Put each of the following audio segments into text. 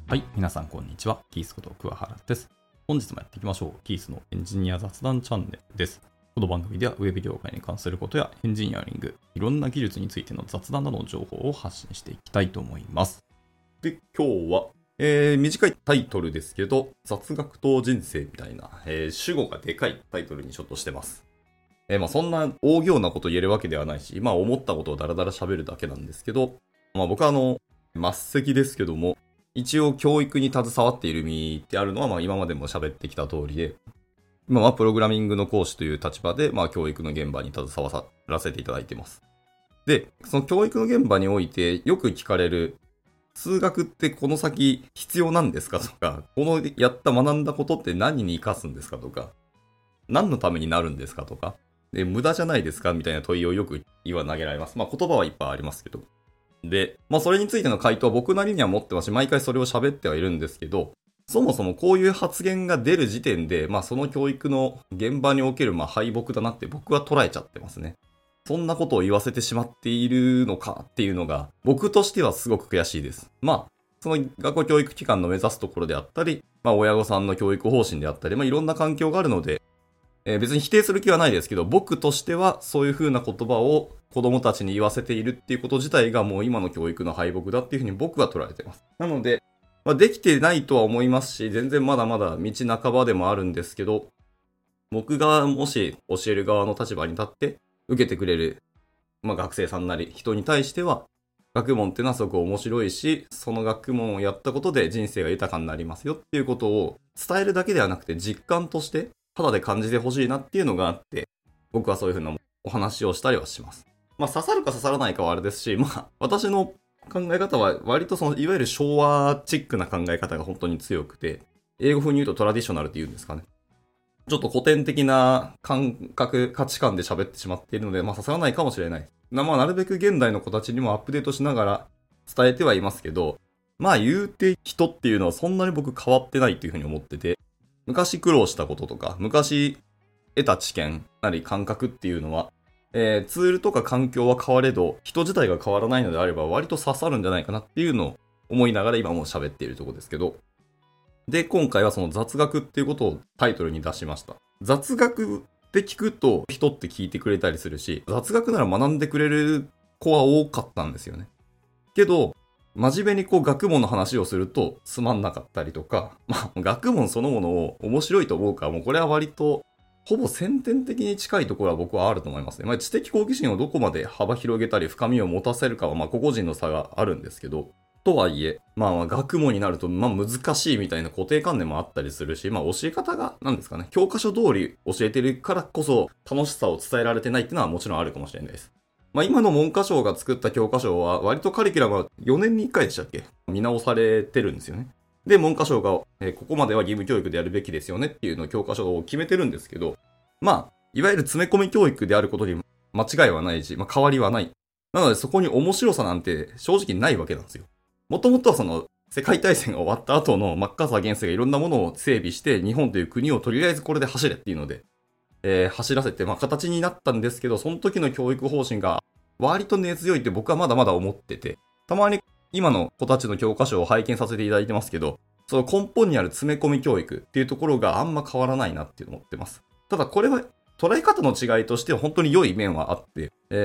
はい、皆さんこんにちは。キースこと桑原です。本日もやっていきましょう。キースのエンジニア雑談チャンネルです。この番組ではウェブ業界に関することやエンジニアリング、いろんな技術についての雑談などの情報を発信していきたいと思います。で、今日は、短いタイトルですけど、雑学と人生みたいな、主語がでかいタイトルにちょっとしてます。そんな大行なこと言えるわけではないし、思ったことをダラダラ喋るだけなんですけど、僕は末席ですけども、一応教育に携わっている身ってあるのは、今までも喋ってきた通りで、今はプログラミングの講師という立場で、教育の現場に携わらせていただいています。で、その教育の現場においてよく聞かれる、数学ってこの先必要なんですかとか、この学んだことって何に活かすんですかとか、何のためになるんですかとか、で無駄じゃないですかみたいな問いをよく投げられます。言葉はいっぱいありますけど。で、それについての回答は僕なりには持ってますし、毎回それを喋ってはいるんですけど、そもそもこういう発言が出る時点で、その教育の現場における敗北だなって僕は捉えちゃってますね。そんなことを言わせてしまっているのかっていうのが、僕としてはすごく悔しいです。その学校教育機関の目指すところであったり、親御さんの教育方針であったり、いろんな環境があるので、別に否定する気はないですけど、僕としてはそういう風な言葉を子供たちに言わせているっていうこと自体がもう今の教育の敗北だっていう風に僕は捉えています。なので、できてないとは思いますし、全然まだまだ道半ばでもあるんですけど、僕がもし教える側の立場に立って受けてくれる、学生さんなり人に対しては、学問ってのはすごく面白いし、その学問をやったことで人生が豊かになりますよっていうことを伝えるだけではなくて実感として肌で感じてほしいなっていうのがあって、僕はそういう風なお話をしたりはします。刺さるか刺さらないかはあれですし、私の考え方は割といわゆる昭和チックな考え方が本当に強くて、英語風に言うとトラディショナルって言うんですかね。ちょっと古典的な感覚、価値観で喋ってしまっているので、刺さらないかもしれない。なるべく現代の子たちにもアップデートしながら伝えてはいますけど、言うて人っていうのはそんなに僕変わってないっていう風に思ってて、昔苦労したこととか、昔得た知見なり感覚っていうのは、ツールとか環境は変われど、人自体が変わらないのであれば割と刺さるんじゃないかなっていうのを思いながら今も喋っているところですけど。で、今回はその雑学っていうことをタイトルに出しました。雑学って聞くと人って聞いてくれたりするし、雑学なら学んでくれる子は多かったんですよね。けど、真面目に学問の話をするとつまんなかったりとか、学問そのものを面白いと思うか、もうこれは割とほぼ先天的に近いところは僕はあると思いますね。知的好奇心をどこまで幅広げたり深みを持たせるかは個々人の差があるんですけど、とはいえ、学問になると難しいみたいな固定観念もあったりするし、教え方が何ですかね、教科書通り教えてるからこそ楽しさを伝えられてないっていうのはもちろんあるかもしれないです。今の文科省が作った教科書は割とカリキュラムは4年に1回でしたっけ見直されてるんですよね。で、文科省が、ここまでは義務教育でやるべきですよねっていうのを教科書を決めてるんですけど、いわゆる詰め込み教育であることに間違いはないし、変わりはない。なのでそこに面白さなんて正直ないわけなんですよ。もともとはその世界大戦が終わった後のマッカーサー元帥がいろんなものを整備して日本という国をとりあえずこれで走れっていうので、走らせて形になったんですけど、その時の教育方針が割と根強いって僕はまだまだ思ってて、たまに今の子たちの教科書を拝見させていただいてますけど、その根本にある詰め込み教育っていうところがあんま変わらないなって思ってます。ただこれは捉え方の違いとして本当に良い面はあって、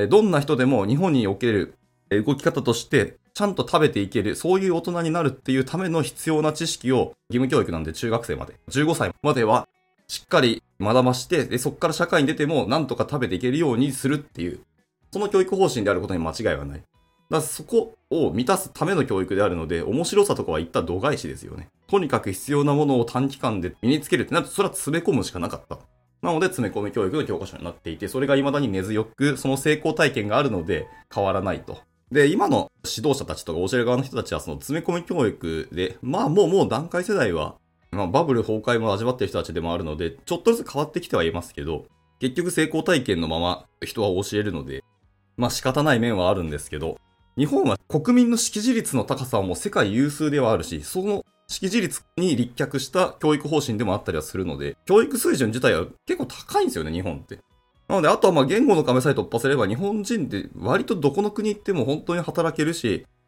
どんな人でも日本における動き方としてちゃんと食べていける、そういう大人になるっていうための必要な知識を義務教育なんで中学生まで、15歳まではしっかり学ばして、でそこから社会に出てもなんとか食べていけるようにするっていう、その教育方針であることに間違いはない。だからそこを満たすための教育であるので、面白さとかは言った度外視ですよね。とにかく必要なものを短期間で身につけるってなると、それは詰め込むしかなかった。なので詰め込み教育の教科書になっていて、それが未だに根強く、その成功体験があるので変わらないと。で、今の指導者たちとか教える側の人たちはその詰め込み教育で、もう段階世代は、バブル崩壊も味わってる人たちでもあるので、ちょっとずつ変わってきてはいますけど、結局成功体験のまま人は教えるので、仕方ない面はあるんですけど、日本は国民の識字率の高さはもう世界有数ではあるし、その識字率に立脚した教育方針でもあったりはするので、教育水準自体は結構高いんですよね、日本って。なので、あとは言語の壁さえ突破すれば日本人って割とどこの国行っても本当に働けるし、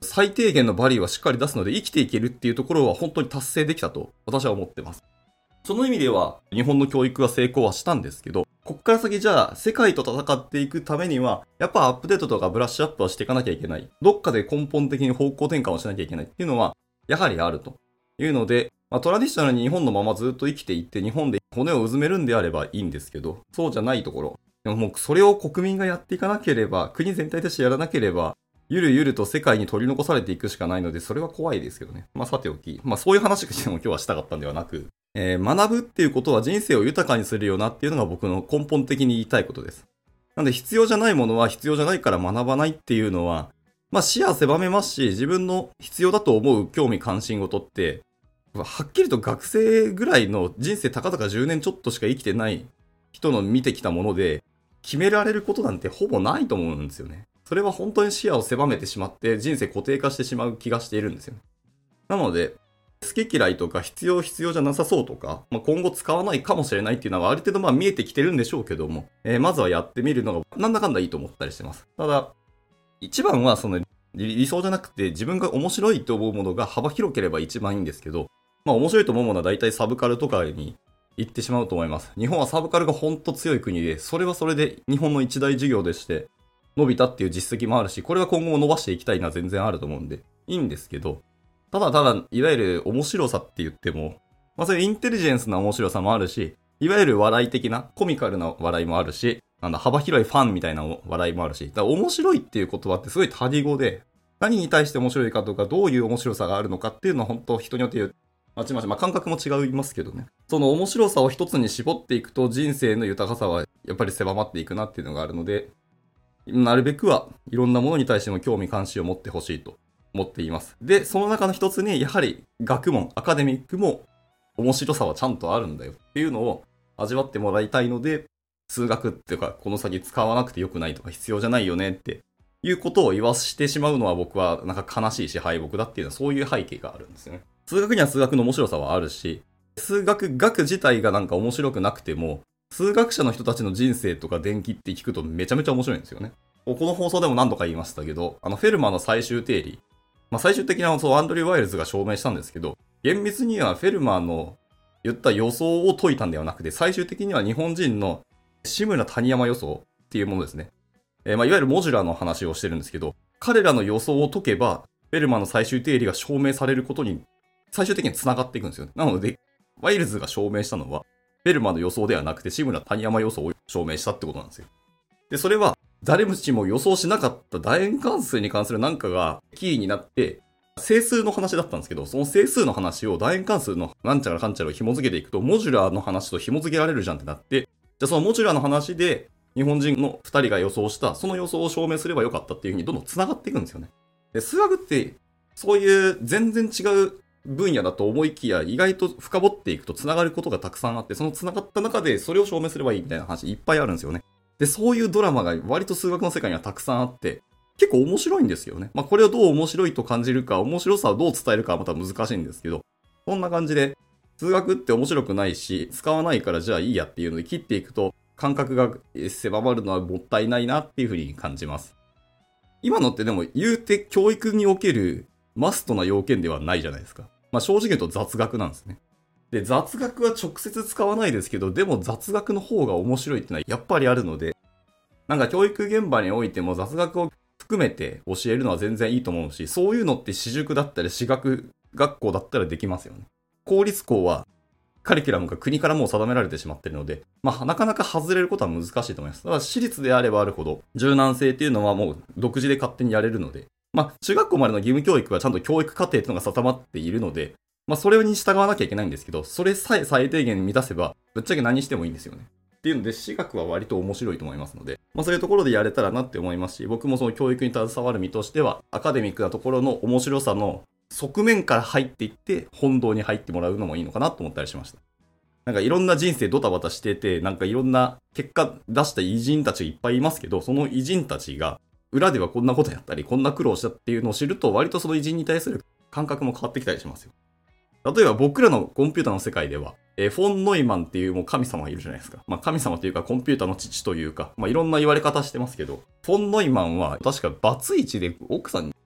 最低限のバリューはしっかり出すので生きていけるっていうところは本当に達成できたと私は思ってます。その意味では日本の教育は成功はしたんですけど、こっから先じゃあ世界と戦っていくためにはやっぱアップデートとかブラッシュアップはしていかなきゃいけない。どっかで根本的に方向転換をしなきゃいけないっていうのはやはりあるというので、トラディショナルに日本のままずっと生きていって日本で骨をうずめるんであればいいんですけど、そうじゃないところ。でももうそれを国民がやっていかなければ、国全体としてやらなければ、ゆるゆると世界に取り残されていくしかないので、それは怖いですけどね。さておき。そういう話でも今日はしたかったんではなく、学ぶっていうことは人生を豊かにするよなっていうのが僕の根本的に言いたいことです。なので必要じゃないものは必要じゃないから学ばないっていうのは、視野狭めますし、自分の必要だと思う興味関心事って、はっきりと学生ぐらいの人生たかだか10年ちょっとしか生きてない人の見てきたもので、決められることなんてほぼないと思うんですよね。それは本当に視野を狭めてしまって人生固定化してしまう気がしているんですよ。なので、好き嫌いとか必要じゃなさそうとか、今後使わないかもしれないっていうのはある程度見えてきてるんでしょうけども、まずはやってみるのがなんだかんだいいと思ったりしてます。ただ、一番はその理想じゃなくて自分が面白いと思うものが幅広ければ一番いいんですけど、面白いと思うものは大体サブカルとかに行ってしまうと思います。日本はサブカルが本当強い国で、それはそれで日本の一大事業でして伸びたっていう実績もあるし、これは今後も伸ばしていきたいのは全然あると思うんで、いいんですけど、ただ、いわゆる面白さって言っても、そういうインテリジェンスな面白さもあるし、いわゆる笑い的な、コミカルな笑いもあるし、幅広いファンみたいな笑いもあるし、だから面白いっていう言葉ってすごい多義語で、何に対して面白いかとか、どういう面白さがあるのかっていうのは本当人によって感覚も違いますけどね。その面白さを一つに絞っていくと人生の豊かさはやっぱり狭まっていくなっていうのがあるので、なるべくはいろんなものに対しても興味関心を持ってほしいと思っています。で、その中の一つにやはり学問、アカデミックも面白さはちゃんとあるんだよっていうのを味わってもらいたいので、数学っていうかこの先使わなくてよくないとか必要じゃないよねっていうことを言わしてしまうのは僕はなんか悲しいし敗北だっていうのはそういう背景があるんですよね。数学には数学の面白さはあるし、数学自体がなんか面白くなくても、数学者の人たちの人生とか伝記って聞くとめちゃめちゃ面白いんですよね。この放送でも何度か言いましたけど、フェルマーの最終定理。最終的なアンドリュー・ワイルズが証明したんですけど、厳密にはフェルマーの言った予想を解いたんではなくて、最終的には日本人の志村谷山予想っていうものですね。いわゆるモジュラーの話をしてるんですけど、彼らの予想を解けば、フェルマーの最終定理が証明されることに最終的に繋がっていくんですよ。なので、ワイルズが証明したのは、フェルマーの予想ではなくて、志村谷山予想を証明したってことなんですよ。で、それは、誰も予想しなかった楕円関数に関するなんかがキーになって、整数の話だったんですけど、その整数の話を楕円関数のなんちゃらかんちゃらを紐付けていくと、モジュラーの話と紐付けられるじゃんってなって、じゃあそのモジュラーの話で、日本人の2人が予想した、その予想を証明すればよかったっていう風にどんどん繋がっていくんですよね。で、数学って、そういう全然違う分野だと思いきや、意外と深掘っていくと繋がることがたくさんあって、その繋がった中でそれを証明すればいいみたいな話いっぱいあるんですよね。で、そういうドラマが割と数学の世界にはたくさんあって、結構面白いんですよね。これをどう面白いと感じるか、面白さをどう伝えるかはまた難しいんですけど、そんな感じで、数学って面白くないし、使わないからじゃあいいやっていうので切っていくと、感覚が狭まるのはもったいないなっていうふうに感じます。今のってでも言うて教育におけるマストな要件ではないじゃないですか。正直言うと雑学なんですね。で、雑学は直接使わないですけど、でも雑学の方が面白いってのはやっぱりあるので、なんか教育現場においても雑学を含めて教えるのは全然いいと思うし、そういうのって私塾だったり私学学校だったらできますよね。公立校はカリキュラムが国からもう定められてしまっているので、なかなか外れることは難しいと思います。ただ私立であればあるほど柔軟性っていうのはもう独自で勝手にやれるので、中学校までの義務教育はちゃんと教育課程っていうのが定まっているので、それに従わなきゃいけないんですけど、それさえ最低限満たせば、ぶっちゃけ何してもいいんですよね。っていうので、私学は割と面白いと思いますので、そういうところでやれたらなって思いますし、僕もその教育に携わる身としては、アカデミックなところの面白さの側面から入っていって、本堂に入ってもらうのもいいのかなと思ったりしました。なんかいろんな人生ドタバタしてて、なんかいろんな結果出した偉人たちいっぱいいますけど、その偉人たちが裏ではこんなことやったり、こんな苦労したっていうのを知ると、割とその偉人に対する感覚も変わってきたりしますよ。例えば僕らのコンピューターの世界では、フォン・ノイマンっていうもう神様がいるじゃないですか。神様というかコンピューターの父というか、いろんな言われ方してますけど、フォン・ノイマンは確かバツイチで奥さん2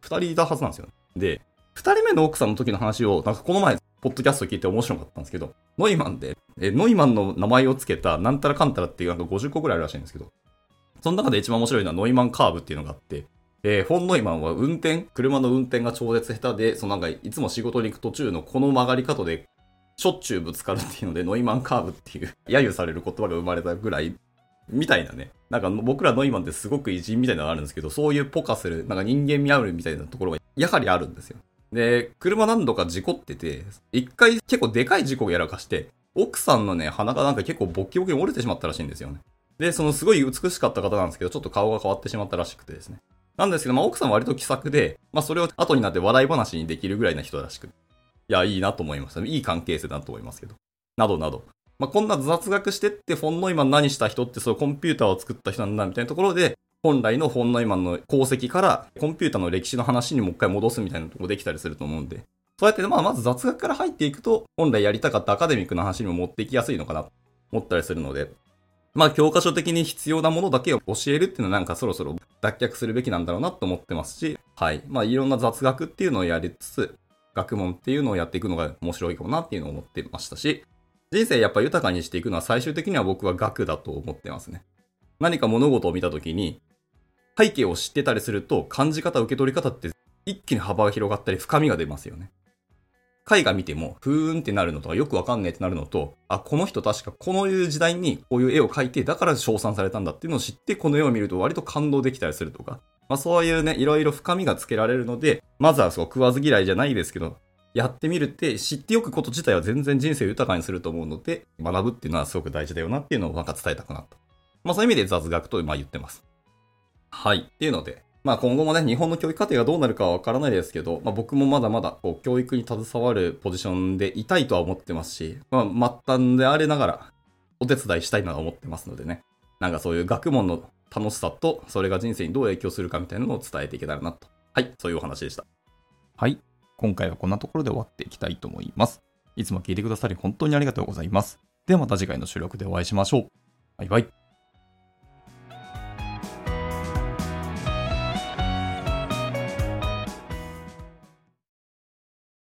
2人いたはずなんですよ。で、2人目の奥さんの時の話を、なんかこの前、ポッドキャスト聞いて面白かったんですけど、ノイマンで、ノイマンの名前をつけたなんたらかんたらっていうなんか50個ぐらいあるらしいんですけど、その中で一番面白いのはノイマンカーブっていうのがあって、フォン・ノイマンは車の運転が超絶下手で、そのなんかいつも仕事に行く途中のこの曲がり方でしょっちゅうぶつかるっていうので、ノイマンカーブっていう揶揄される言葉が生まれたぐらい、みたいなね。なんか僕らノイマンってすごく偉人みたいなのがあるんですけど、そういうポカする、なんか人間味あるみたいなところがやはりあるんですよ。で、車何度か事故ってて、一回結構でかい事故をやらかして、奥さんのね、鼻がなんか結構ボッキボキに折れてしまったらしいんですよね。で、そのすごい美しかった方なんですけど、ちょっと顔が変わってしまったらしくてですね。なんですけど、まあ奥さんは割と気さくで、まあそれを後になって笑い話にできるぐらいな人らしく。いや、いいなと思いました。いい関係性だと思いますけど。などなど。まあこんな雑学してって、フォン・ノイマン何した人ってそうコンピューターを作った人なんだみたいなところで、本来のフォン・ノイマンの功績からコンピューターの歴史の話にもう一回戻すみたいなところできたりすると思うんで、そうやってまず雑学から入っていくと、本来やりたかったアカデミックな話にも持っていきやすいのかなと思ったりするので、まあ教科書的に必要なものだけを教えるっていうのはなんかそろそろ脱却するべきなんだろうなと思ってますし、はい。まあいろんな雑学っていうのをやりつつ、学問っていうのをやっていくのが面白いかもなっていうのを思ってましたし、人生やっぱ豊かにしていくのは最終的には僕は学だと思ってますね。何か物事を見たときに、背景を知ってたりすると感じ方、受け取り方って一気に幅が広がったり深みが出ますよね。絵画見ても、ふーんってなるのとかよくわかんねえってなるのと、あ、この人確かこのいう時代にこういう絵を描いて、だから称賛されたんだっていうのを知って、この絵を見ると割と感動できたりするとか、まあそういうね、いろいろ深みがつけられるので、まずはそう食わず嫌いじゃないですけど、やってみるって知っておくこと自体は全然人生を豊かにすると思うので、学ぶっていうのはすごく大事だよなっていうのをなんか伝えたくなった。まあそういう意味で雑学と言ってます。はい。っていうので、まあ今後もね、日本の教育課程がどうなるかはわからないですけど、まあ僕もまだまだこう教育に携わるポジションでいたいとは思ってますし、まあ末端であれながらお手伝いしたいなと思ってますのでね、なんかそういう学問の楽しさと、それが人生にどう影響するかみたいなのを伝えていけたらなと。はい、そういうお話でした。 はい。今回はこんなところで終わっていきたいと思います。いつも聞いてくださり本当にありがとうございます。ではまた次回の収録でお会いしましょう。バイバイ。